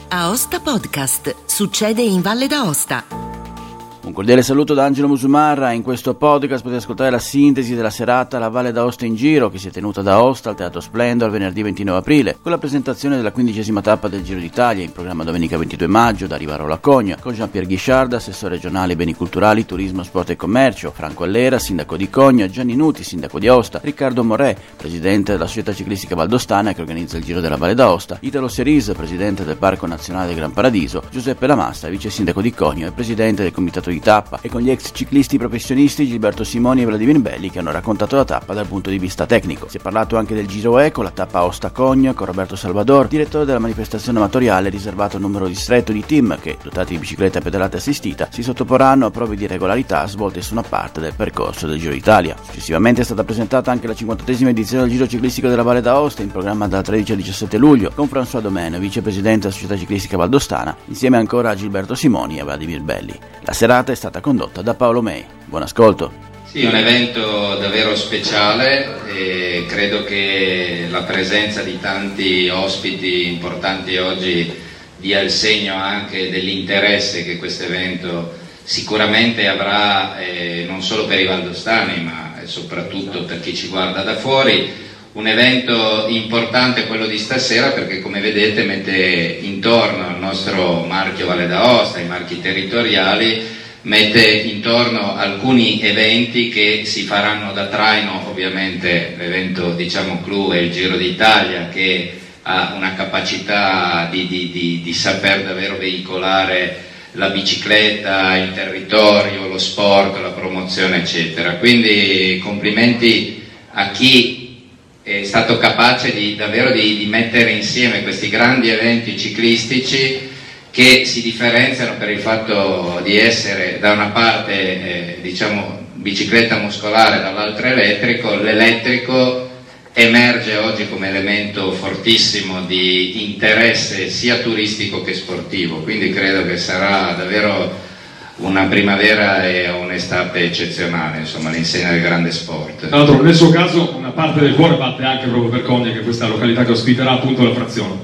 Aosta Podcast. Succede in Valle d'Aosta. Un cordiale saluto da Angelo Musumarra. In questo podcast potete ascoltare la sintesi della serata La Valle d'Aosta in Giro, che si è tenuta ad Aosta al Teatro Splendor venerdì 29 aprile, con la presentazione della 15ª tappa del Giro d'Italia, in programma domenica 22 maggio da Rivarolo a Cogna, con Jean-Pierre Guichard, assessore regionale beni culturali, turismo, sport e commercio, Franco Allera, sindaco di Cogna, Gianni Nuti, sindaco di Aosta, Riccardo Morè, presidente della società ciclistica valdostana che organizza il Giro della Valle d'Aosta, Italo Cerise, presidente del Parco Nazionale del Gran Paradiso, Giuseppe Lamassa, vice sindaco di Cogna e presidente del comitato di tappa, e con gli ex ciclisti professionisti Gilberto Simoni e Vladimir Belli, che hanno raccontato la tappa dal punto di vista tecnico. Si è parlato anche del Giro Eco, la tappa Aosta-Cogna, con Roberto Salvador, direttore della manifestazione amatoriale riservato a un numero ristretto di team che, dotati di bicicletta pedalata assistita, si sottoporranno a prove di regolarità svolte su una parte del percorso del Giro d'Italia. Successivamente è stata presentata anche la 58ª edizione del Giro ciclistico della Valle d'Aosta, in programma dal 13 al 17 luglio, con François Domen, vicepresidente della società ciclistica valdostana, insieme ancora a Gilberto Simoni e a Vladimir Belli. La serata è stata condotta da Paolo Mei. Buon ascolto. Sì, è un evento davvero speciale e credo che la presenza di tanti ospiti importanti oggi dia il segno anche dell'interesse che questo evento sicuramente avrà non solo per i valdostani ma soprattutto per chi ci guarda da fuori. Un evento importante quello di stasera perché, come vedete, mette intorno al nostro marchio Valle d'Aosta, i marchi territoriali, mette intorno alcuni eventi che si faranno da traino. Ovviamente l'evento clou è il Giro d'Italia, che ha una capacità di saper davvero veicolare la bicicletta, il territorio, lo sport, la promozione eccetera. Quindi complimenti a chi è stato capace davvero di mettere insieme questi grandi eventi ciclistici che si differenziano per il fatto di essere da una parte bicicletta muscolare, dall'altra elettrico. L'elettrico emerge oggi come elemento fortissimo di interesse sia turistico che sportivo, quindi credo che sarà davvero una primavera e un'estate eccezionale, insomma, all'insegna del grande sport. Tra l'altro, nel suo caso una parte del cuore batte anche proprio per Cogna, che è questa località che ospiterà appunto la frazione.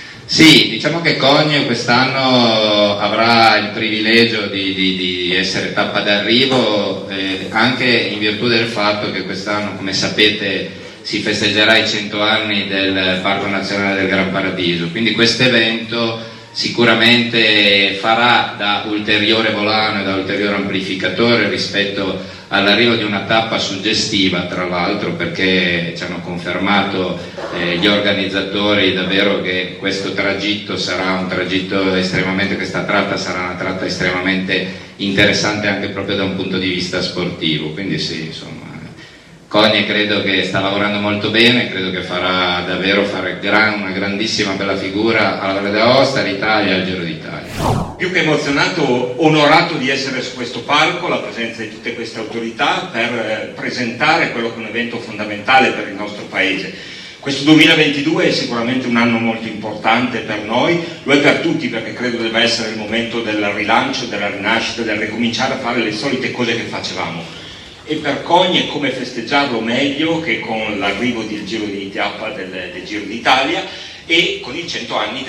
Sì, diciamo che Cogna quest'anno avrà il privilegio di essere tappa d'arrivo, anche in virtù del fatto che quest'anno, come sapete, si festeggerà i 100 anni del Parco Nazionale del Gran Paradiso, quindi questo evento sicuramente farà da ulteriore volano e da ulteriore amplificatore rispetto all'arrivo di una tappa suggestiva, tra l'altro, perché ci hanno confermato gli organizzatori davvero che questo tragitto sarà un tragitto estremamente, questa tratta sarà una tratta estremamente interessante anche proprio da un punto di vista sportivo, quindi sì, insomma, Cogna credo che sta lavorando molto bene, credo che farà davvero una grandissima bella figura alla Valle d'Aosta, all'Italia e al Giro d'Italia. Più che emozionato, onorato di essere su questo palco, la presenza di tutte queste autorità per presentare quello che è un evento fondamentale per il nostro Paese. Questo 2022 è sicuramente un anno molto importante per noi, lo è per tutti, perché credo debba essere il momento del rilancio, della rinascita, del ricominciare a fare le solite cose che facevamo. E per Cogna è come festeggiarlo meglio che con l'arrivo del Giro di tappa del Giro d'Italia e con i 100 anni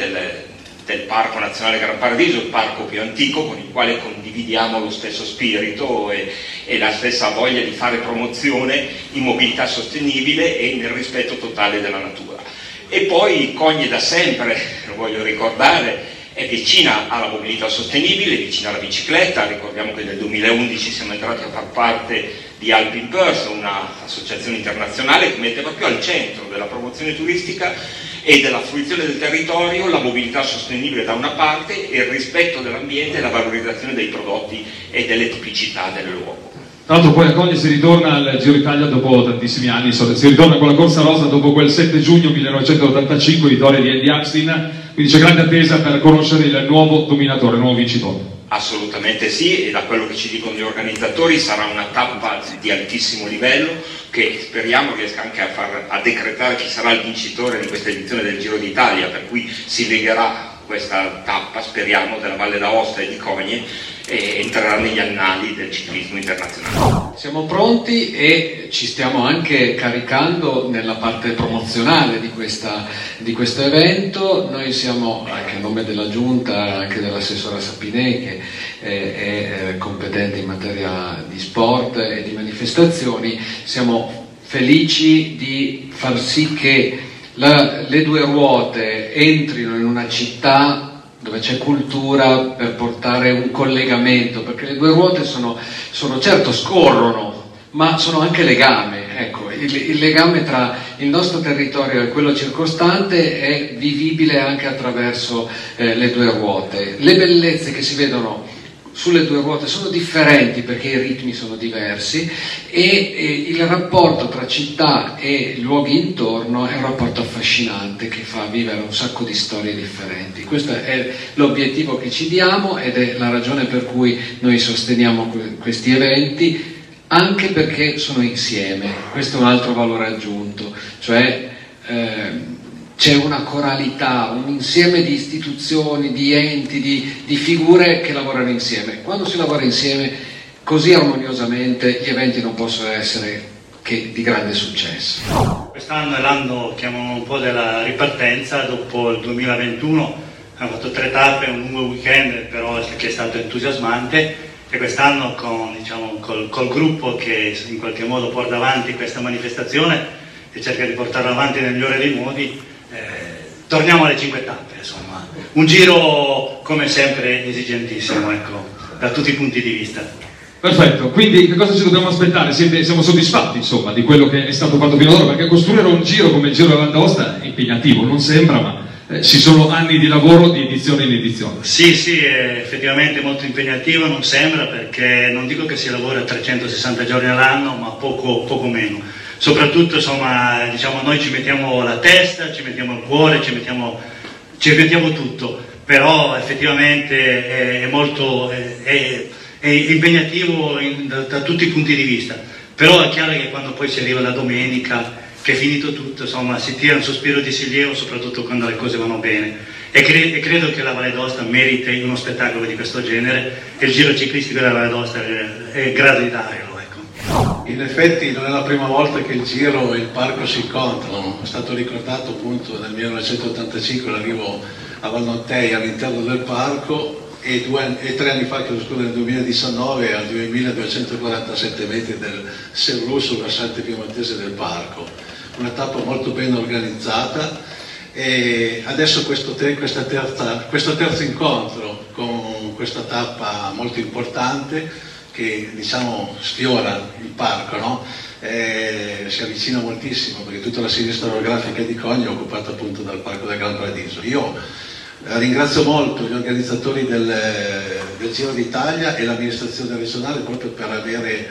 del Parco Nazionale Gran Paradiso, il parco più antico con il quale condividiamo lo stesso spirito e la stessa voglia di fare promozione in mobilità sostenibile e nel rispetto totale della natura. E poi Cogna da sempre, lo voglio ricordare, è vicina alla mobilità sostenibile, vicina alla bicicletta. Ricordiamo che nel 2011 siamo entrati a far parte di Alpine Pulse, un'associazione internazionale che mette proprio al centro della promozione turistica e della fruizione del territorio la mobilità sostenibile da una parte e il rispetto dell'ambiente e la valorizzazione dei prodotti e delle tipicità del luogo. Tra l'altro poi a Cogna si ritorna al Giro d'Italia dopo tantissimi anni, si ritorna con la corsa rosa dopo quel 7 giugno 1985, vittoria di Andy Axtin, quindi c'è grande attesa per conoscere il nuovo dominatore, il nuovo vincitore. Assolutamente sì, e da quello che ci dicono gli organizzatori sarà una tappa di altissimo livello che speriamo riesca anche a decretare chi sarà il vincitore di questa edizione del Giro d'Italia, per cui si legherà questa tappa, speriamo, della Valle d'Aosta e di Cogna entrerà negli annali del ciclismo internazionale. Siamo pronti e ci stiamo anche caricando nella parte promozionale di questo evento. Noi siamo, anche a nome della Giunta, anche dell'assessora Sapinè, che è competente in materia di sport e di manifestazioni, siamo felici di far sì che le due ruote entrino in una città dove c'è cultura, per portare un collegamento, perché le due ruote sono certo scorrono, ma sono anche legame. Ecco, il legame tra il nostro territorio e quello circostante è vivibile anche attraverso le due ruote. Le bellezze che si vedono sulle due ruote sono differenti perché i ritmi sono diversi e il rapporto tra città e luoghi intorno è un rapporto affascinante che fa vivere un sacco di storie differenti. Questo è l'obiettivo che ci diamo ed è la ragione per cui noi sosteniamo questi eventi, anche perché sono insieme. Questo è un altro valore aggiunto, cioè c'è una coralità, un insieme di istituzioni, di enti, di figure che lavorano insieme. Quando si lavora insieme così armoniosamente, gli eventi non possono essere che di grande successo. Quest'anno è l'anno, chiamano un po' della ripartenza. Dopo il 2021 abbiamo fatto 3 tappe, un lungo weekend, però che è stato entusiasmante, e quest'anno col gruppo che in qualche modo porta avanti questa manifestazione e cerca di portarla avanti nel migliore dei modi. Torniamo alle 5 tappe, insomma, un giro come sempre esigentissimo, ecco, da tutti i punti di vista. Perfetto, quindi che cosa ci dobbiamo aspettare? Siamo soddisfatti, insomma, di quello che è stato fatto fino ad ora, perché costruire un giro come il Giro della Valle d'Aosta è impegnativo, non sembra, ma ci sono anni di lavoro di edizione in edizione. Sì, è effettivamente molto impegnativo, non sembra, perché non dico che si lavora 360 giorni all'anno, ma poco meno. Soprattutto, insomma, noi ci mettiamo la testa, ci mettiamo il cuore, ci mettiamo tutto, però effettivamente è molto impegnativo da tutti i punti di vista. Però è chiaro che quando poi si arriva la domenica, che è finito tutto, insomma, si tira un sospiro di sollievo, soprattutto quando le cose vanno bene. E credo che la Valle d'Aosta meriti uno spettacolo di questo genere, e il Giro ciclistico della Valle d'Aosta è in grado di darlo. In effetti non è la prima volta che il Giro e il parco si incontrano. È stato ricordato appunto nel 1985 l'arrivo a Valnottei all'interno del parco e 3 anni fa, nel 2019, a 2247 metri del Serrù sul versante piemontese del parco. Una tappa molto ben organizzata, e adesso questo terzo incontro con questa tappa molto importante che sfiora il parco, no? Si avvicina moltissimo, perché tutta la sinistra orografica di Cogna è occupata appunto dal Parco del Gran Paradiso. Io ringrazio molto gli organizzatori del Giro d'Italia e l'amministrazione regionale proprio per avere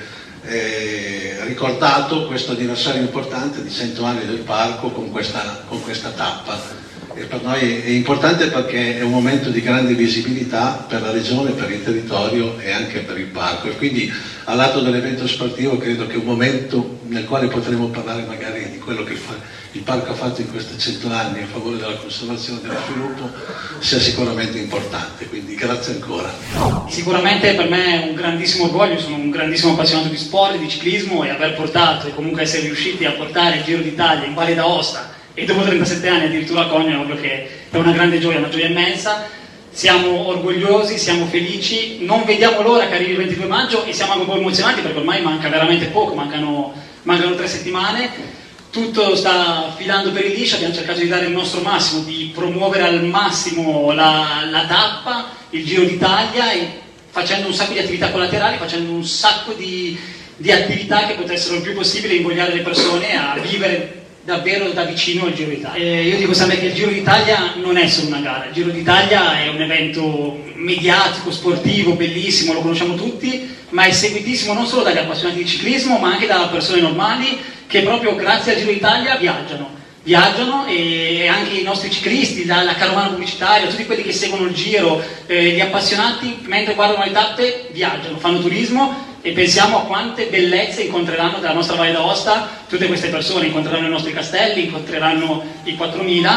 ricordato questo anniversario importante di 100 anni del parco con questa tappa. E per noi è importante perché è un momento di grande visibilità per la regione, per il territorio e anche per il parco, e quindi al lato dell'evento sportivo credo che un momento nel quale potremo parlare magari di quello che il parco ha fatto in questi 100 anni a favore della conservazione e dello sviluppo sia sicuramente importante, quindi grazie ancora. Sicuramente per me è un grandissimo orgoglio, sono un grandissimo appassionato di sport, di ciclismo, e aver portato e comunque essere riusciti a portare il Giro d'Italia in Valle d'Aosta e dopo 37 anni addirittura a Cogna, è ovvio che è una grande gioia, una gioia immensa. Siamo orgogliosi, siamo felici, non vediamo l'ora che arrivi il 22 maggio e siamo anche un po' emozionati perché ormai manca veramente poco, mancano 3 settimane, tutto sta filando per il liscio, abbiamo cercato di dare il nostro massimo, di promuovere al massimo la tappa, il Giro d'Italia, facendo un sacco di attività collaterali, facendo un sacco di attività che potessero il più possibile invogliare le persone a vivere davvero da vicino il Giro d'Italia. Io dico sempre che il Giro d'Italia non è solo una gara, il Giro d'Italia è un evento mediatico, sportivo, bellissimo, lo conosciamo tutti, ma è seguitissimo non solo dagli appassionati di ciclismo, ma anche da persone normali che proprio grazie al Giro d'Italia viaggiano, e anche i nostri ciclisti, la carovana pubblicitaria, tutti quelli che seguono il Giro, gli appassionati, mentre guardano le tappe, viaggiano, fanno turismo. E pensiamo a quante bellezze incontreranno dalla nostra Valle d'Aosta tutte queste persone, incontreranno i nostri castelli, incontreranno i 4000,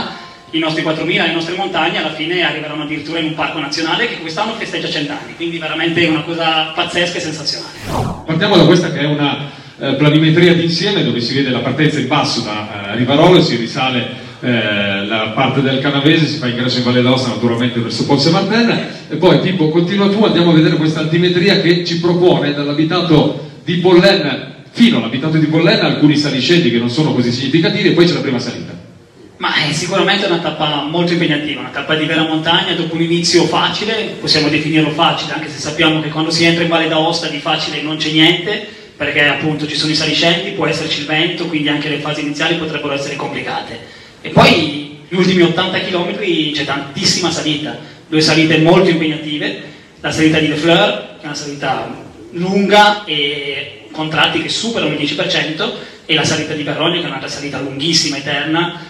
i nostri 4.000, le nostre montagne alla fine arriveranno addirittura in un parco nazionale che quest'anno festeggia 100 anni, quindi veramente una cosa pazzesca e sensazionale. Partiamo da questa che è una planimetria d'insieme dove si vede la partenza in basso da Rivarolo e si risale la parte del Canavese, si fa ingresso in Valle d'Aosta naturalmente verso Ponce Martin e poi Pippo continua tu, andiamo a vedere questa altimetria che ci propone dall'abitato di Bollen fino all'abitato di Bollen alcuni saliscendi che non sono così significativi e poi c'è la prima salita. Ma è sicuramente una tappa molto impegnativa, una tappa di vera montagna dopo un inizio facile, possiamo definirlo facile anche se sappiamo che quando si entra in Valle d'Aosta di facile non c'è niente, perché appunto ci sono i saliscendi, può esserci il vento, quindi anche le fasi iniziali potrebbero essere complicate. E poi gli ultimi 80 km c'è tantissima salita, 2 salite molto impegnative, la salita di Le Fleur, che è una salita lunga e con tratti che superano il 10%, e la salita di Berrogno, che è un'altra salita lunghissima, eterna,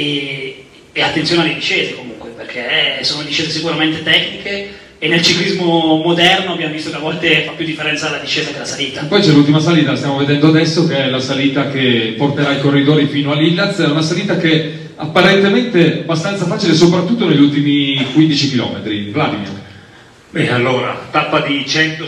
e attenzione alle discese comunque, perché sono discese sicuramente tecniche, e nel ciclismo moderno abbiamo visto che a volte fa più differenza la discesa che la salita. Poi c'è l'ultima salita, la stiamo vedendo adesso, che è la salita che porterà i corridori fino all'Illaz, è una salita che apparentemente è abbastanza facile, soprattutto negli ultimi 15 km. Vladimir. Beh, allora, tappa di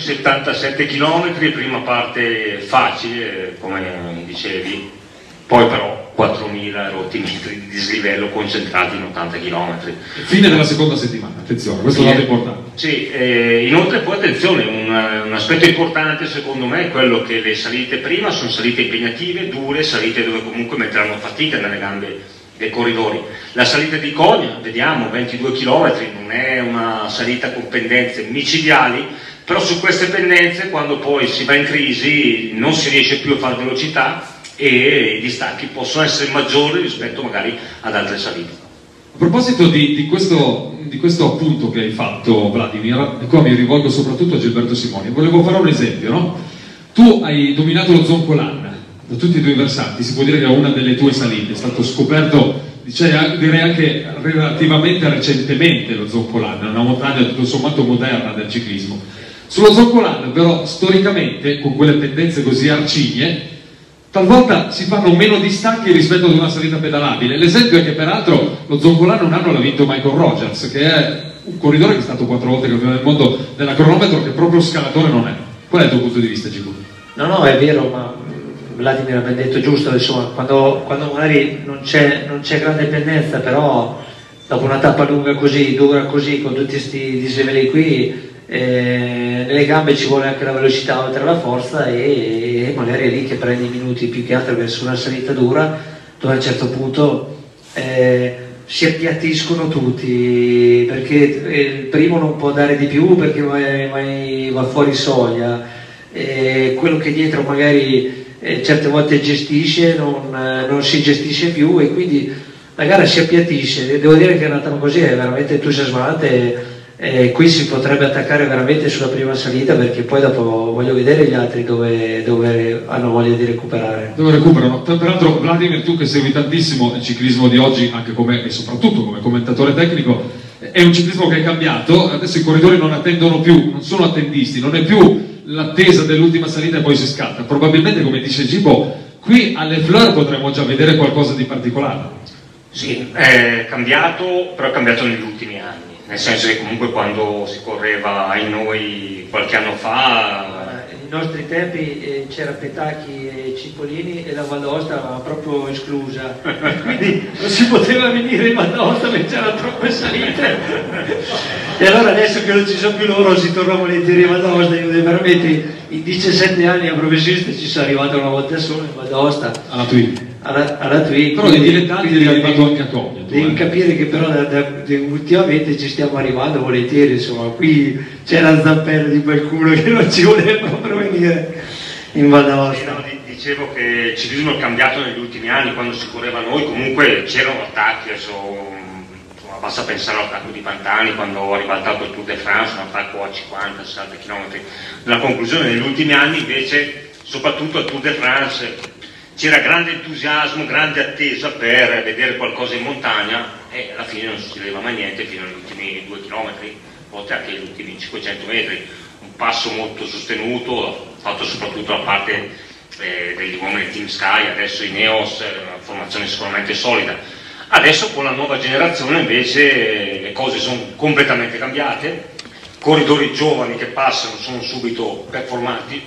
177 km, prima parte facile, come dicevi, poi però 4.000 rotti metri di dislivello concentrati in 80 km. Fine della seconda settimana, attenzione, questo è un dato importante. Sì, inoltre poi attenzione, un aspetto importante secondo me è quello che le salite prima sono salite impegnative, dure, salite dove comunque metteranno fatica nelle gambe dei corridori. La salita di Cogna, vediamo, 22 km, non è una salita con pendenze micidiali, però su queste pendenze quando poi si va in crisi non si riesce più a fare velocità e i distacchi possono essere maggiori rispetto magari ad altre salite. A proposito di questo appunto che hai fatto, Vladimir, e qua mi rivolgo soprattutto a Gilberto Simoni, volevo fare un esempio, no? Tu hai dominato lo Zoncolan da tutti i tuoi versanti, si può dire che è una delle tue salite, è stato scoperto, direi anche relativamente recentemente lo Zoncolan, una montagna tutto sommato moderna del ciclismo. Sullo Zoncolan però storicamente, con quelle pendenze così arcigne, talvolta si fanno meno distacchi rispetto ad una salita pedalabile. L'esempio è che peraltro lo Zoncolan un anno l'ha vinto Michael Rogers, che è un corridore che è stato 4 volte campione del mondo della cronometro, che proprio scalatore non è. Qual è il tuo punto di vista, Gigu? No, è vero, ma Vladimir ha ben detto giusto, insomma, quando magari non c'è grande pendenza, però dopo una tappa lunga così, dura così, con tutti questi dislivelli qui, nelle gambe ci vuole anche la velocità oltre alla forza, e magari è lì che prendi minuti più che altro verso una salita dura, dove a un certo punto si appiattiscono tutti, perché il primo non può dare di più perché va fuori soglia, quello che dietro magari certe volte gestisce non si gestisce più, e quindi la gara si appiattisce. Devo dire che una tappa così è veramente entusiasmante. Qui si potrebbe attaccare veramente sulla prima salita, perché poi dopo voglio vedere gli altri dove hanno voglia di recuperare. Dove recuperano. Peraltro, Vladimir, tu che segui tantissimo il ciclismo di oggi, anche e soprattutto come commentatore tecnico, è un ciclismo che è cambiato. Adesso i corridori non attendono più, non sono attendisti, non è più l'attesa dell'ultima salita e poi si scatta. Probabilmente, come dice Gibo, qui alle Fleur potremo già vedere qualcosa di particolare. Sì, è cambiato, però è cambiato negli ultimi anni. Nel senso che comunque quando si correva ai noi qualche anno fa... Nei nostri tempi c'era Petacchi e Cipollini e la Val d'Aosta era proprio esclusa, quindi non si poteva venire in Val d'Aosta perché c'erano troppe salite. E allora adesso che non ci sono più loro si torna volentieri in Val d'Aosta. Io veramente in 17 anni a professionista ci sono arrivato una volta sola in Val d'Aosta. Alla Twin. Però di dilettanti è arrivato anche a Cogna. Devi capire che però ultimamente ci stiamo arrivando volentieri, insomma, qui c'è la zampella di qualcuno che non ci voleva proprio venire in Val d'Aosta. Dicevo che il ciclismo è cambiato negli ultimi anni, quando si correva noi comunque c'erano attacchi, adesso basta pensare all'attacco di Pantani quando ha ribaltato il Tour de France, un attacco a 50-60 km. La conclusione negli ultimi anni invece, soprattutto al Tour de France, c'era grande entusiasmo, grande attesa per vedere qualcosa in montagna, e alla fine non succedeva mai niente fino agli ultimi 2 km, a volte anche gli ultimi 500 metri. Un passo molto sostenuto, fatto soprattutto da parte degli uomini del Team Sky, adesso Ineos, una formazione sicuramente solida. Adesso con la nuova generazione invece le cose sono completamente cambiate, corridori giovani che passano sono subito performanti,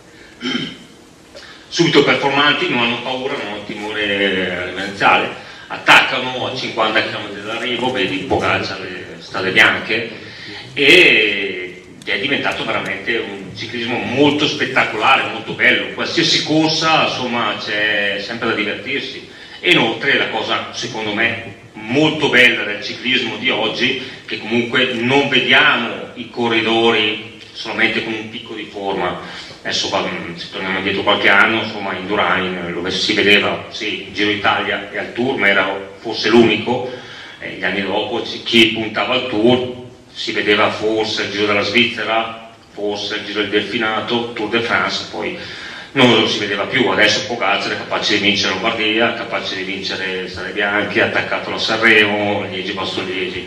non hanno paura, non hanno timore reverenziale, attaccano a 50 km d'arrivo, vedi Pogacar, le strade bianche, e è diventato veramente un ciclismo molto spettacolare, molto bello. Qualsiasi corsa, insomma, c'è sempre da divertirsi. E inoltre la cosa, secondo me, molto bella del ciclismo di oggi, che comunque non vediamo i corridori solamente con un picco di forma. Adesso se torniamo indietro qualche anno, insomma, in Indurain dove si vedeva, sì, il Giro d'Italia e al Tour, ma era forse l'unico. Gli anni dopo chi puntava al Tour si vedeva forse il Giro della Svizzera, forse il Giro del Delfinato, Tour de France, poi non lo si vedeva più. Adesso Pogacar è capace di vincere Lombardia, capace di vincere Strade Bianche, attaccato alla Sanremo, Liegi-Bastogne-Liegi.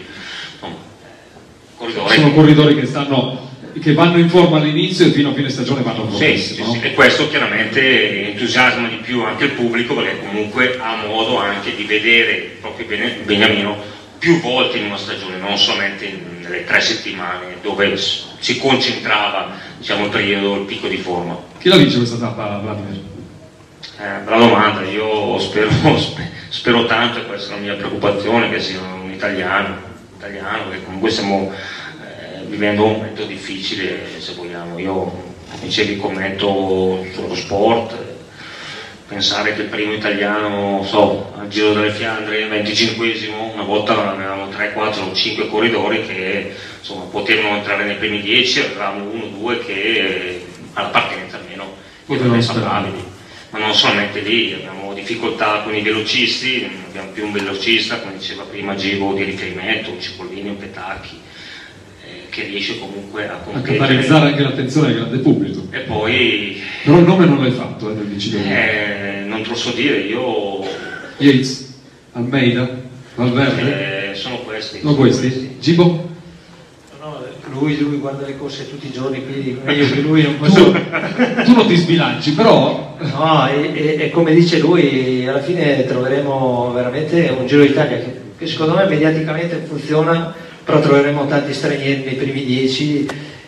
Sono corridori che vanno in forma all'inizio e fino a fine stagione vanno fortissimo. Sì, e questo chiaramente entusiasma di più anche il pubblico, perché comunque ha modo anche di vedere proprio Beniamino più volte in una stagione, non solamente nelle 3 settimane dove si concentrava, diciamo, il picco di forma. Chi la vince questa tappa, Vladimir? Bella domanda, io spero tanto, e questa è la mia preoccupazione, che sia un italiano, che comunque stiamo vivendo un momento difficile, se vogliamo. Io dicevi, commento sullo sport, pensare che il primo italiano, al Giro delle Fiandre, 25esimo, una volta avevamo 3, 4, 5 corridori che insomma potevano entrare nei primi 10, avevamo 1, 2 che alla partenza almeno erano passabili. Ma non solamente lì, abbiamo difficoltà con i velocisti, non abbiamo più un velocista, come diceva prima Gibo, di riferimento, un Cipollini, un Petacchi, che riesce comunque a competere. A catalizzare anche l'attenzione del grande pubblico. E poi... Però il nome non l'hai fatto, del vincitore. Non te lo so dire, io... Yates, Almeida, Valverde? Sono questi. Sono questi? Gibo? Lui guarda le corse tutti i giorni, quindi meglio che lui non posso... Tu non ti sbilanci, però... No, e come dice lui, alla fine troveremo veramente un Giro d'Italia che secondo me mediaticamente funziona, però troveremo tanti stranieri nei primi 10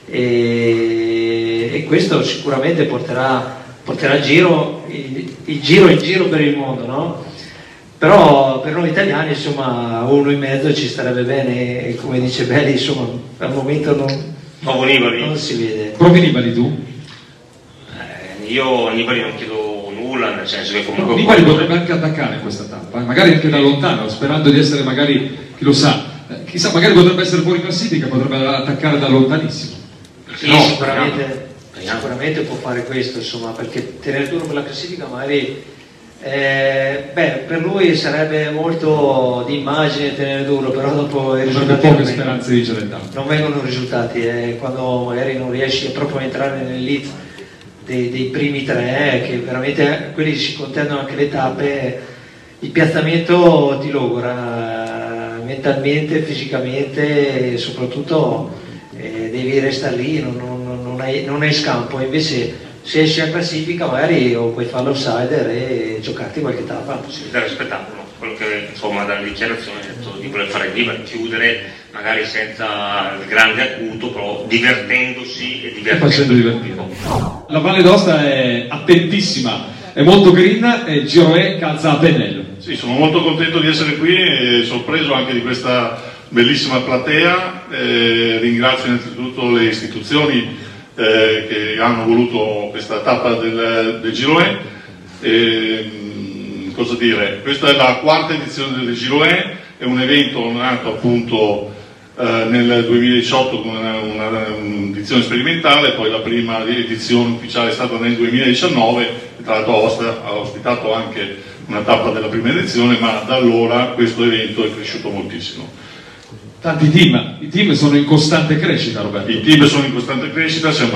e questo sicuramente porterà il giro in giro per il mondo, no? Però per noi italiani, insomma, 1 in mezzo ci starebbe bene, e come dice Belli, insomma, al momento non si vede. Provi Nibali tu? Io a Nibali non chiedo nulla, nel senso che comunque... Nibali potrebbe anche attaccare in questa tappa, magari anche da lontano, sperando di essere magari, chi lo sa, chissà, magari potrebbe essere fuori classifica, potrebbe attaccare da lontanissimo. Sì, sicuramente può fare questo, insomma, perché tenere duro per la classifica magari... per lui sarebbe molto di immagine tenere duro, però dopo i risultati poche speranze di vincere il tappa. Non vengono risultati, quando magari non riesci proprio a entrare nell'elite dei primi 3, che veramente quelli si contendono anche le tappe, il piazzamento ti logora mentalmente, fisicamente, e soprattutto devi restare lì, non hai scampo. Invece se esci a classifica magari o puoi fare l'outsider e giocarti qualche tappa. Sì, dare spettacolo, quello che insomma dalle dichiarazioni ha detto di voler fare Nibali, chiudere magari senza il grande acuto, però divertendosi e facendo divertire. La Valle d'Aosta è attentissima, è molto green e il Giro calza a pennello. Sì, sono molto contento di essere qui e sorpreso anche di questa bellissima platea. Ringrazio innanzitutto le istituzioni che hanno voluto questa tappa del Giro cosa dire? Questa è la 4ª edizione del Giro è un evento nato appunto nel 2018 con un'edizione sperimentale, poi la prima edizione ufficiale è stata nel 2019, e tra l'altro ha ospitato anche una tappa della prima edizione, ma da allora questo evento è cresciuto moltissimo. Tanti i team sono in costante crescita, Roberto. I team sono in costante crescita, siamo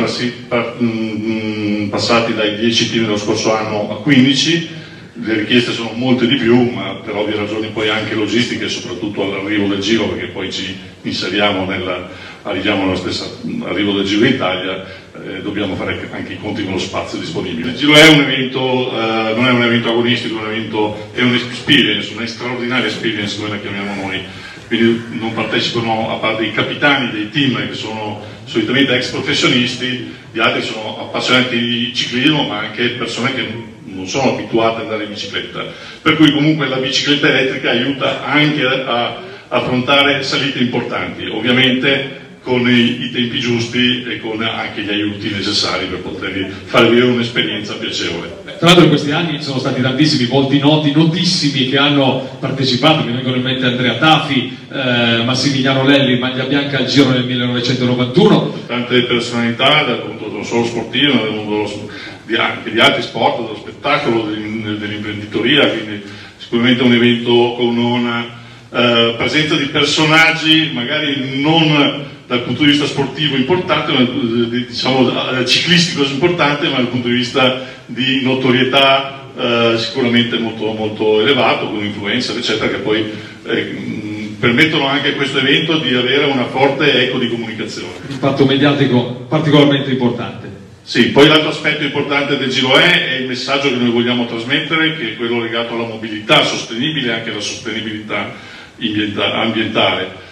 passati dai 10 team dello scorso anno a 15, le richieste sono molte di più, ma per ovvie ragioni poi anche logistiche, soprattutto all'arrivo del Giro, perché poi ci inseriamo arriviamo alla stessa arrivo del Giro d'Italia, dobbiamo fare anche i conti con lo spazio disponibile. Il Giro è un evento, non è un evento agonistico, è un'experience, una straordinaria experience come la chiamiamo noi. Quindi non partecipano, a parte i capitani dei team che sono solitamente ex professionisti, gli altri sono appassionati di ciclismo, ma anche persone che non sono abituate ad andare in bicicletta, per cui comunque la bicicletta elettrica aiuta anche a affrontare salite importanti, ovviamente con i tempi giusti e con anche gli aiuti necessari per poter fare vivere un'esperienza piacevole. Tra l'altro in questi anni ci sono stati tantissimi volti noti, notissimi, che hanno partecipato, mi vengono in mente Andrea Tafi, Massimiliano Lelli, maglia bianca al Giro nel 1991. Tante personalità, appunto, non solo sportive, ma del mondo anche di altri sport, dello spettacolo, dell'imprenditoria, quindi sicuramente un evento con una presenza di personaggi magari non dal punto di vista sportivo importante, ma diciamo ciclistico importante, ma dal punto di vista di notorietà sicuramente molto, molto elevato, con influencer eccetera, che poi permettono anche a questo evento di avere una forte eco di comunicazione. Impatto mediatico particolarmente importante. Sì, poi l'altro aspetto importante del Giro è il messaggio che noi vogliamo trasmettere, che è quello legato alla mobilità sostenibile e anche alla sostenibilità ambientale.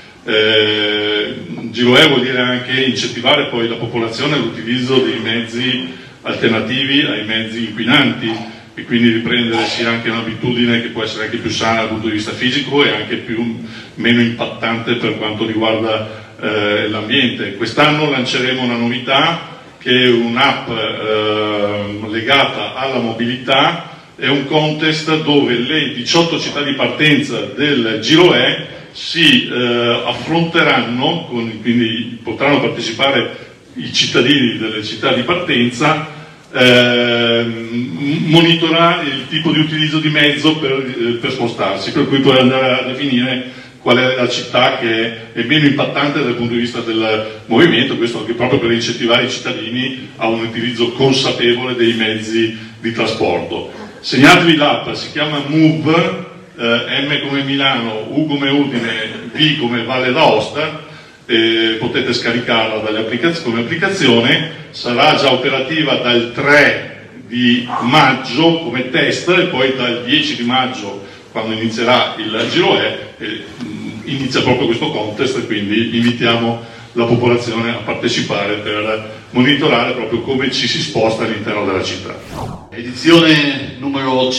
Giro vuol dire anche incentivare poi la popolazione all'utilizzo dei mezzi alternativi ai mezzi inquinanti e quindi riprendersi anche un'abitudine che può essere anche più sana dal punto di vista fisico e anche meno impattante per quanto riguarda l'ambiente. Quest'anno lanceremo una novità che è un'app legata alla mobilità, è un contest dove le 18 città di partenza del Giro si affronteranno, quindi potranno partecipare i cittadini delle città di partenza, monitora il tipo di utilizzo di mezzo per spostarsi, per cui puoi andare a definire qual è la città che è meno impattante dal punto di vista del movimento, questo anche proprio per incentivare i cittadini a un utilizzo consapevole dei mezzi di trasporto. Segnatevi l'app, si chiama Move, M come Milano, U come Udine, V come Valle d'Aosta, potete scaricarla come applicazione, sarà già operativa dal 3 di maggio come test e poi dal 10 di maggio quando inizierà il Giro inizia proprio questo contest e quindi invitiamo la popolazione a partecipare per monitorare proprio come ci si sposta all'interno della città. Edizione numero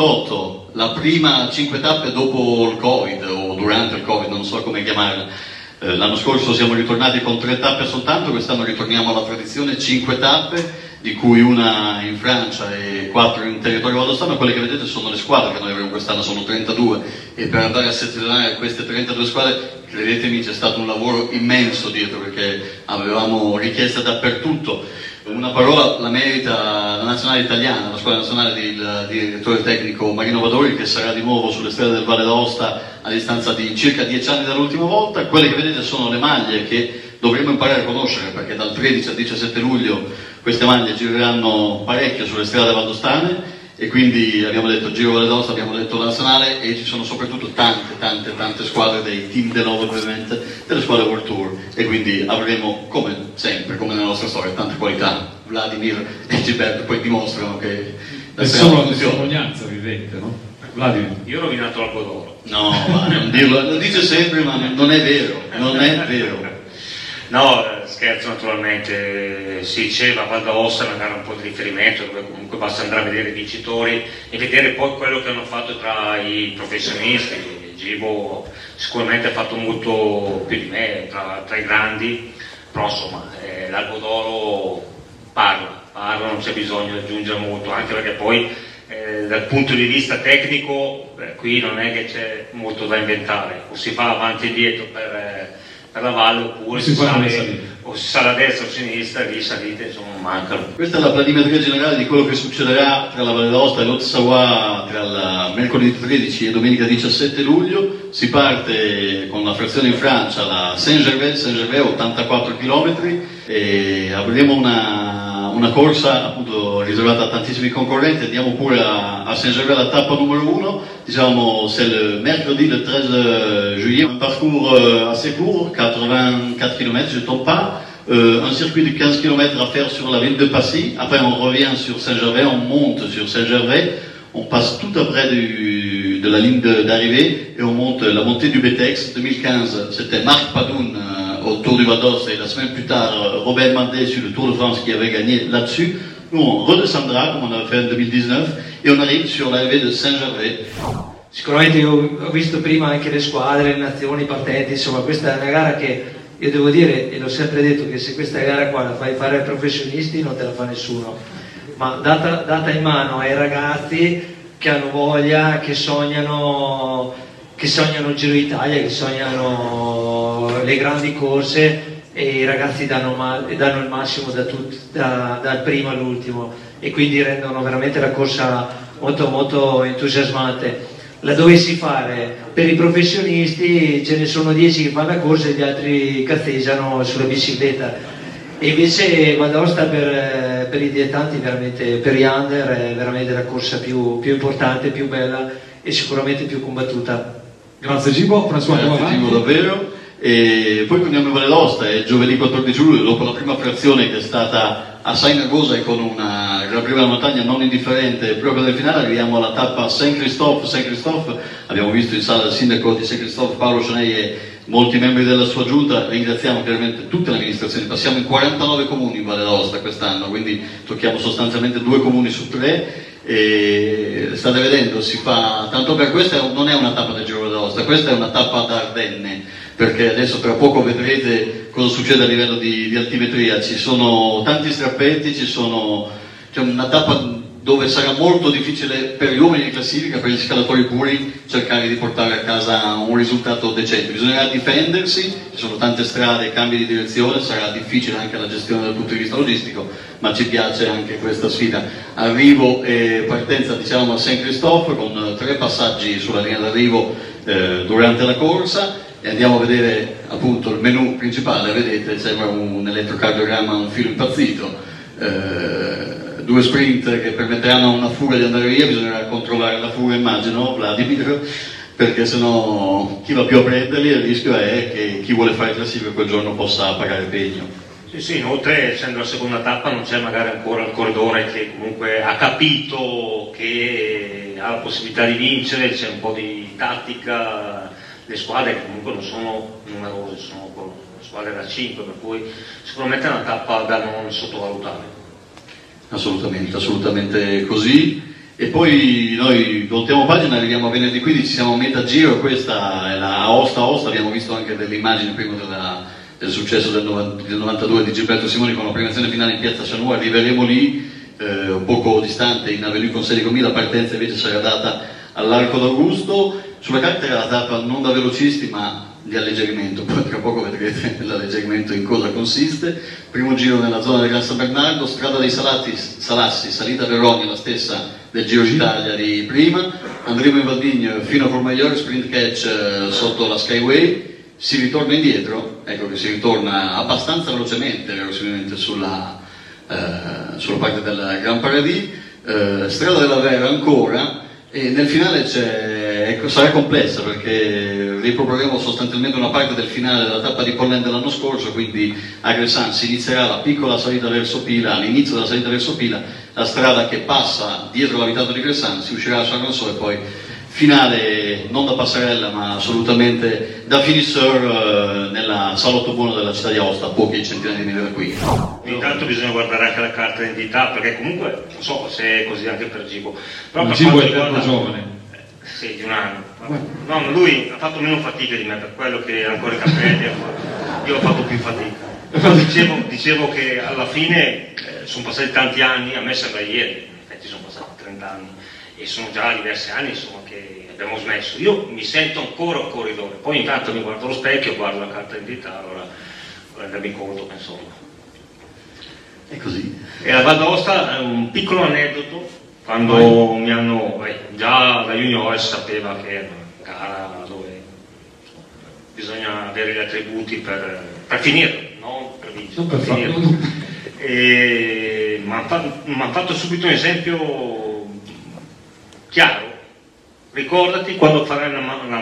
58, la prima 5 tappe dopo il Covid o durante il Covid, non so come chiamarla. L'anno scorso siamo ritornati con 3 tappe soltanto, quest'anno ritorniamo alla tradizione 5 tappe, di cui una in Francia e 4 in territorio valdostano. Quelle che vedete sono le squadre che noi avremo quest'anno, sono 32, e per andare a selezionare queste 32 squadre, credetemi, c'è stato un lavoro immenso dietro, perché avevamo richieste dappertutto. Una parola la merita la nazionale italiana, la squadra nazionale del direttore tecnico Marino Vadori, che sarà di nuovo sulle strade del Valle d'Aosta a distanza di circa 10 anni dall'ultima volta. Quelle che vedete sono le maglie che dovremo imparare a conoscere, perché dal 13 al 17 luglio queste maglie gireranno parecchio sulle strade valdostane, e quindi abbiamo detto Giro Valle d'Aosta, abbiamo detto la nazionale, e ci sono soprattutto tante squadre dei team de Novo, ovviamente, delle squadre World Tour, e quindi avremo, come sempre, come nella nostra storia, tante qualità. Vladimir e Gilberto poi dimostrano che la strada funziona. Testimonianza vivente, no? Vladimir. Io ho rovinato l'Albo d'Oro. No, non dirlo, lo dice sempre, ma non è vero, non è vero. No, scherzo naturalmente, sì, c'è la Val d'Aosta, magari un po' di riferimento, dove comunque basta andare a vedere i vincitori e vedere poi quello che hanno fatto tra i professionisti. Gibo sicuramente ha fatto molto più di me tra i grandi, però insomma l'Albo d'Oro parla, non c'è bisogno di aggiungere molto, anche perché poi dal punto di vista tecnico qui non è che c'è molto da inventare, o si va avanti e indietro per la valle, oppure si sale a destra o a sinistra, lì salite insomma mancano. Questa è la planimetria generale di quello che succederà tra la Valle d'Aosta e l'Haute-Savoie tra il mercoledì 13 e domenica 17 luglio. Si parte con la frazione in Francia, la Saint-Gervais 84 km, e avremo una una corsa appunto riservata a tantissimi concorrenti. Andiamo pure à Saint-Gervais, la tappa numero 1. Diciamo, c'est le mercredi le 13 juillet, un parcours assez court, 84 km, je ne tombe pas. Un circuit de 15 km à faire sur la ville de Passy. Après, on revient sur Saint-Gervais, on monte sur Saint-Gervais, on passe tout après de la ligne d'arrivée et on monte la montée du Betex. 2015, c'était Marc Padoun au Tour du Val d'Aosta et la semaine plus tard, Robert Mandet sur le Tour de France qui avait gagné là-dessus. Nous, on redescendra comme on avait fait en 2019 et on arrive sur l'arrivée de Saint-Gervais. Sicuramente io ho visto prima anche le squadre, le nazioni, i partenti, insomma questa è una gara che io devo dire, e l'ho sempre detto, che se questa gara qua la fai fare ai professionisti non te la fa nessuno, ma data in mano ai ragazzi che hanno voglia, che sognano il Giro d'Italia, che sognano le grandi corse, e i ragazzi danno il massimo dal primo all'ultimo e quindi rendono veramente la corsa molto molto entusiasmante. La dovessi fare per i professionisti ce ne sono 10 che fanno la corsa e gli altri cazzeggiano sulla bicicletta, e invece Val d'Aosta per i dilettanti, veramente per gli under, è veramente la corsa più importante, più bella e sicuramente più combattuta. Grazie Gibo, grazie Gibo davvero. E poi torniamo in Valle d'Aosta, è giovedì 14 luglio, dopo la prima frazione che è stata assai nervosa e con una Gran Premio della montagna non indifferente, proprio nel finale arriviamo alla tappa Saint-Christophe. Abbiamo visto in sala il sindaco di Saint-Christophe Paolo Cionei e molti membri della sua giunta. Ringraziamo chiaramente tutte le amministrazioni. Passiamo in 49 comuni in Valle d'Aosta quest'anno, quindi tocchiamo sostanzialmente 2 comuni su 3. E state vedendo, si fa tanto per questa non è una tappa del Giro d'Aosta, questa è una tappa da Ardenne, perché adesso tra poco vedrete cosa succede a livello di altimetria. Ci sono tanti strappetti, c'è una tappa dove sarà molto difficile per gli uomini di classifica, per gli scalatori puri, cercare di portare a casa un risultato decente. Bisognerà difendersi, ci sono tante strade, cambi di direzione, sarà difficile anche la gestione dal punto di vista logistico, ma ci piace anche questa sfida. Arrivo e partenza diciamo a Saint-Christophe con 3 passaggi sulla linea d'arrivo durante la corsa. E andiamo a vedere appunto il menu principale. Vedete, sembra un elettrocardiogramma, un filo impazzito, 2 sprint che permetteranno a una fuga di andare via. Bisognerà controllare la fuga, immagino, Vladimir, perché sennò chi va più a prenderli, il rischio è che chi vuole fare classifica quel giorno possa pagare pegno. Sì, inoltre essendo la seconda tappa non c'è magari ancora il corridore che comunque ha capito che ha la possibilità di vincere, c'è un po' di tattica. Le squadre che comunque non sono numerose, sono squadre da 5, per cui sicuramente è una tappa da non sottovalutare. Assolutamente così. E poi noi voltiamo pagina, arriviamo a venerdì 15, siamo a metà giro. Questa è la Aosta, abbiamo visto anche delle immagini prima del successo del 92 di Gilberto Simoni con la premiazione finale in piazza Chanua. Arriveremo lì un poco distante in Avenue Conseil Commis, la partenza invece sarà data all'Arco d'Augusto. Sulla carta era la tappa non da velocisti ma di alleggerimento, poi tra poco vedrete l'alleggerimento in cosa consiste. Primo giro nella zona del Gran San Bernardo, strada dei Salassi, salita Veroni, la stessa del Giro d'Italia di prima. Andremo in Valdigno fino a Courmayeur, sprint catch sotto la Skyway, si ritorna indietro, ecco che si ritorna abbastanza velocemente verosimilmente sulla parte del Grand Paradis, strada della Vera ancora. E nel finale sarà complessa perché riproporremo sostanzialmente una parte del finale della tappa di Pollen dell'anno scorso, quindi a Gressan si inizierà la piccola salita verso Pila, all'inizio della salita verso Pila, la strada che passa dietro l'abitato di Gressan, si uscirà a Charançon e poi finale non da passerella ma assolutamente da finisseur nella salotto buono della città di Aosta, a pochi centinaia di metri da qui. Intanto bisogna guardare anche la carta d'identità, perché comunque non so se è così anche per Gibo, però per Gibo è troppo giovane. Sì, di un anno. No, ma lui ha fatto meno fatica di me, per quello che ha ancora i capelli, io ho fatto più fatica. Dicevo che alla fine sono passati tanti anni, a me sembra ieri, in effetti sono passati 30 anni e sono già diversi anni insomma che abbiamo smesso. Io mi sento ancora un corridore, poi intanto mi guardo allo specchio, guardo la carta d'identità, allora rendermi conto che insomma è così. E la Val d'Aosta è un piccolo aneddoto. Quando mi hanno, già da junior si sapeva che era una gara dove bisogna avere gli attributi per finire, non per vincere, per finire. e mi ha fatto subito un esempio chiaro. Ricordati quando farai la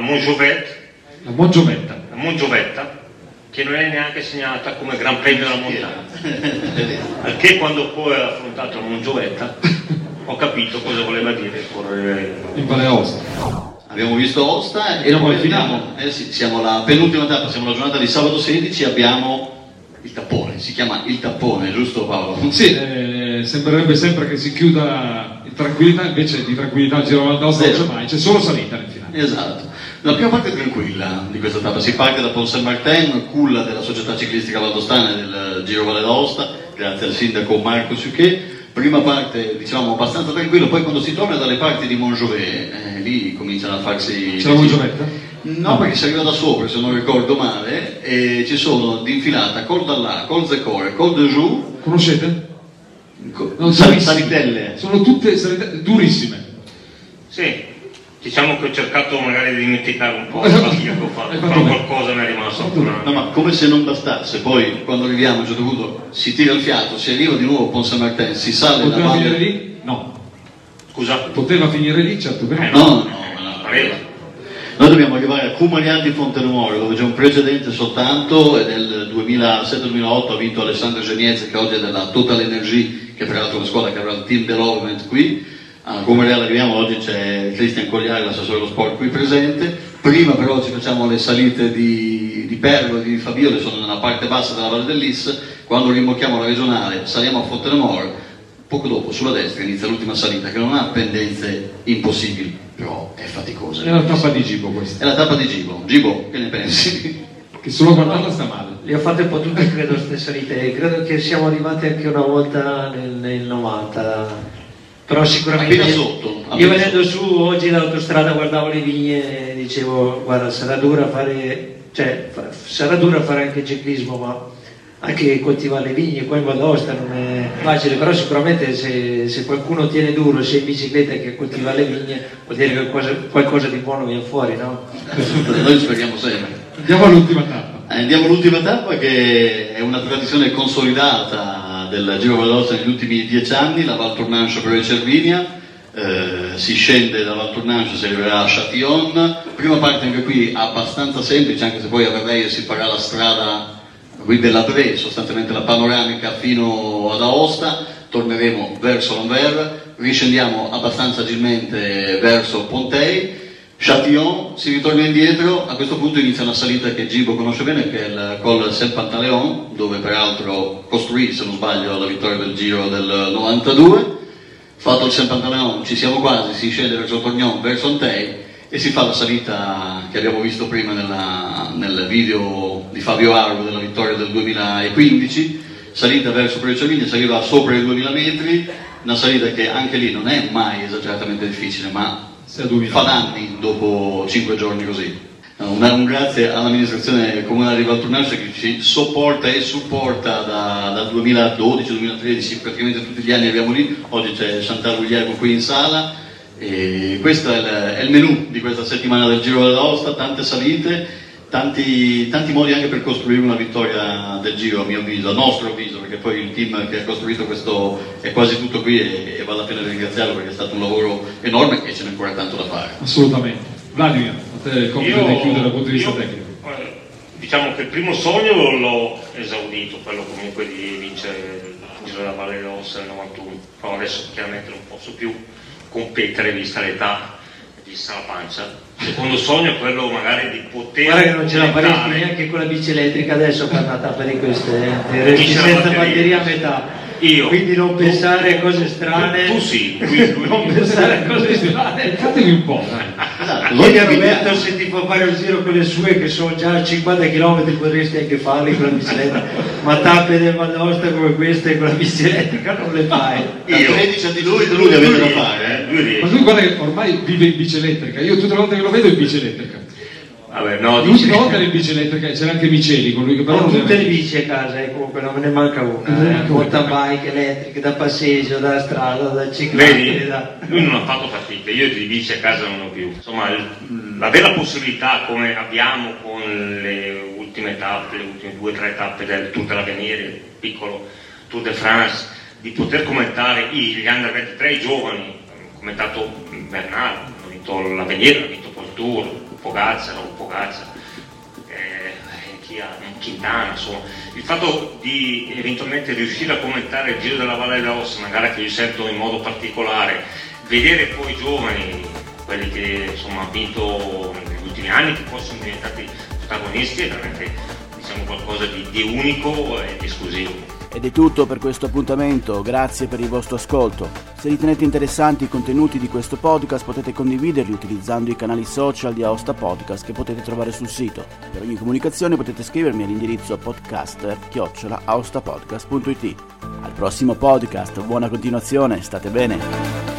Mongiovetta, che non è neanche segnata come Gran Premio della Montagna, perché quando poi ho affrontato la Mongiovetta ho capito cosa voleva dire correre in Valle d'Aosta. Abbiamo visto Aosta e poi finiamo, siamo alla penultima tappa, siamo alla giornata di sabato 16, abbiamo il tappone, si chiama il tappone, giusto Paolo? Sì, sembrerebbe sempre che si chiuda in tranquillità, invece di tranquillità al Giro Valle d'Aosta non c'è mai, c'è solo salita nel finale. Esatto. La prima parte è tranquilla di questa tappa, si parte da Pont-Saint-Martin, culla della società ciclistica valdostana del Giro Valle d'Aosta, grazie al sindaco Marco Suchet. Prima parte diciamo abbastanza tranquillo, poi quando si torna dalle parti di Montjovet, lì cominciano a farsi... C'è la Mongiovetta? No, perché si arriva da sopra, se non ricordo male, e ci sono di infilata Col d'Allà, Col Zecore, Col de Joux. Conoscete? Salitelle. Sono tutte salitelle durissime. Sì. Diciamo che ho cercato magari di dimenticare un po' la via che ho fatto, però qualcosa mi è rimasto. No, ma come se non bastasse, poi quando arriviamo a un certo punto si tira il fiato, si arriva di nuovo a Pont-Saint-Martin, si sale Poteva la valle... finire lì? No. Scusa? Poteva finire lì, certo che no. Noi dobbiamo arrivare a Coumarian di Fontenomore, dove c'è un precedente soltanto, e nel 2007-2008 ha vinto Alessandro Geniez, che oggi è della Total Energy, che peraltro è una squadra che avrà il team development qui. A Coumarian arriviamo, oggi c'è Cristian Cogliari, l'assessore dello sport qui presente. Prima però ci facciamo le salite di Perlo e di Fabiole, sono nella parte bassa della Valle dell'Is. Quando rimbocchiamo la regionale saliamo a Fontenomore, poco dopo sulla destra inizia l'ultima salita, che non ha pendenze impossibili, però è faticosa. È la tappa di Gibo questa. È la tappa di Gibo. Gibo, che ne pensi? Che solo guardata sta male. Le ho fatte un po' tutte, credo, queste salite. Credo che siamo arrivati anche una volta nel 90. Però sicuramente appena sotto. Io venendo su oggi dall'autostrada guardavo le vigne e dicevo guarda sarà dura fare anche ciclismo, ma anche coltivare le vigne qua in Val d'Aosta non è facile, però sicuramente se qualcuno tiene duro, se in bicicletta che coltiva le vigne vuol dire che qualcosa di buono viene fuori, no? Noi speriamo sempre. Andiamo all'ultima tappa. Andiamo all'ultima tappa, che è una tradizione consolidata del Giro Valle d'Aosta negli ultimi 10 anni, la Val Tournanche per Cervinia. Si scende da Val Tournanche, si arriverà a Châtillon. Prima parte anche qui abbastanza semplice, anche se poi a Verveille si farà la strada qui della Dre, sostanzialmente la panoramica fino ad Aosta. Torneremo verso l'Anvers, riscendiamo abbastanza agilmente verso Pontei. Châtillon, si ritorna indietro, a questo punto inizia una salita che Gibo conosce bene, che è il Col Saint-Pantaléon, dove peraltro costruì, se non sbaglio, la vittoria del Giro del 92. Fatto il Saint-Pantaléon, ci siamo quasi, si scende verso Torgnon, verso Antei, e si fa la salita che abbiamo visto prima nel video di Fabio Argo della vittoria del 2015, salita verso Precioligna, si arriva sopra i 2000 metri, una salita che anche lì non è mai esageratamente difficile, ma fa danni dopo 5 giorni così. Un grazie all'amministrazione comunale di Val Tournanche che ci sopporta e supporta dal 2012-2013, praticamente tutti gli anni arriviamo lì. Oggi c'è Chantal Guglielmo qui in sala e questo è il menù di questa settimana del Giro dell'Aosta, tante salite, tanti modi anche per costruire una vittoria del Giro, a mio avviso, a nostro avviso, perché poi il team che ha costruito questo è quasi tutto qui e vale la pena di ringraziarlo perché è stato un lavoro enorme e ce n'è ancora tanto da fare. Assolutamente. Vladimir, a te il compito di chiudere dal punto di vista tecnico. Diciamo che il primo sogno l'ho esaudito, quello comunque di vincere il Giro della Valle d'Aosta nel 91, però adesso chiaramente non posso più competere vista l'età, vista la pancia. Il secondo sogno è quello magari di poter... Guarda che non ce la faresti neanche con la bici elettrica adesso per una tappa di queste, resti senza batteria a metà. Quindi non pensare a cose strane. Tu sì, non pensare a cose strane. Fatemi un po'. Chiedi a Roberto se ti fa fare un giro con le sue che sono già a 50 km, potresti anche farli con la bicicletta, ma tappe del Val d'Aosta come queste con la bici elettrica non le fai. Io 13 di lui avete da fare. Ma lui guarda che ormai vive in bici elettrica, io tutte le volte che lo vedo in bici elettrica. Vabbè, no, l'ultima volta era in bici elettrica, c'era anche Miceli con lui che però ho non tutte le bici a casa, comunque non me ne manca una, mountain bike elettriche da passeggio, da strada, da ciclabile. Lui non ha fatto fatica, io di bici a casa non ho più. Insomma, avere la possibilità come abbiamo con le ultime tappe, le ultime 2 o 3 tappe del Tour dell'Avenire, piccolo, Tour de France, di poter commentare gli Under 23, i giovani, ho commentato Bernal, ho vinto l'Avenier, ho vinto poi il Tour, Pogacar, Quintana, insomma. Il fatto di eventualmente riuscire a commentare il Giro della Valle d'Aosta, una gara che io sento in modo particolare, vedere poi i giovani, quelli che insomma hanno vinto negli ultimi anni, che poi sono diventati protagonisti, è veramente qualcosa di unico e di esclusivo. Ed è tutto per questo appuntamento, grazie per il vostro ascolto. Se ritenete interessanti i contenuti di questo podcast potete condividerli utilizzando i canali social di Aosta Podcast che potete trovare sul sito. Per ogni comunicazione potete scrivermi all'indirizzo podcaster@aostapodcast.it. Al prossimo podcast, buona continuazione, state bene!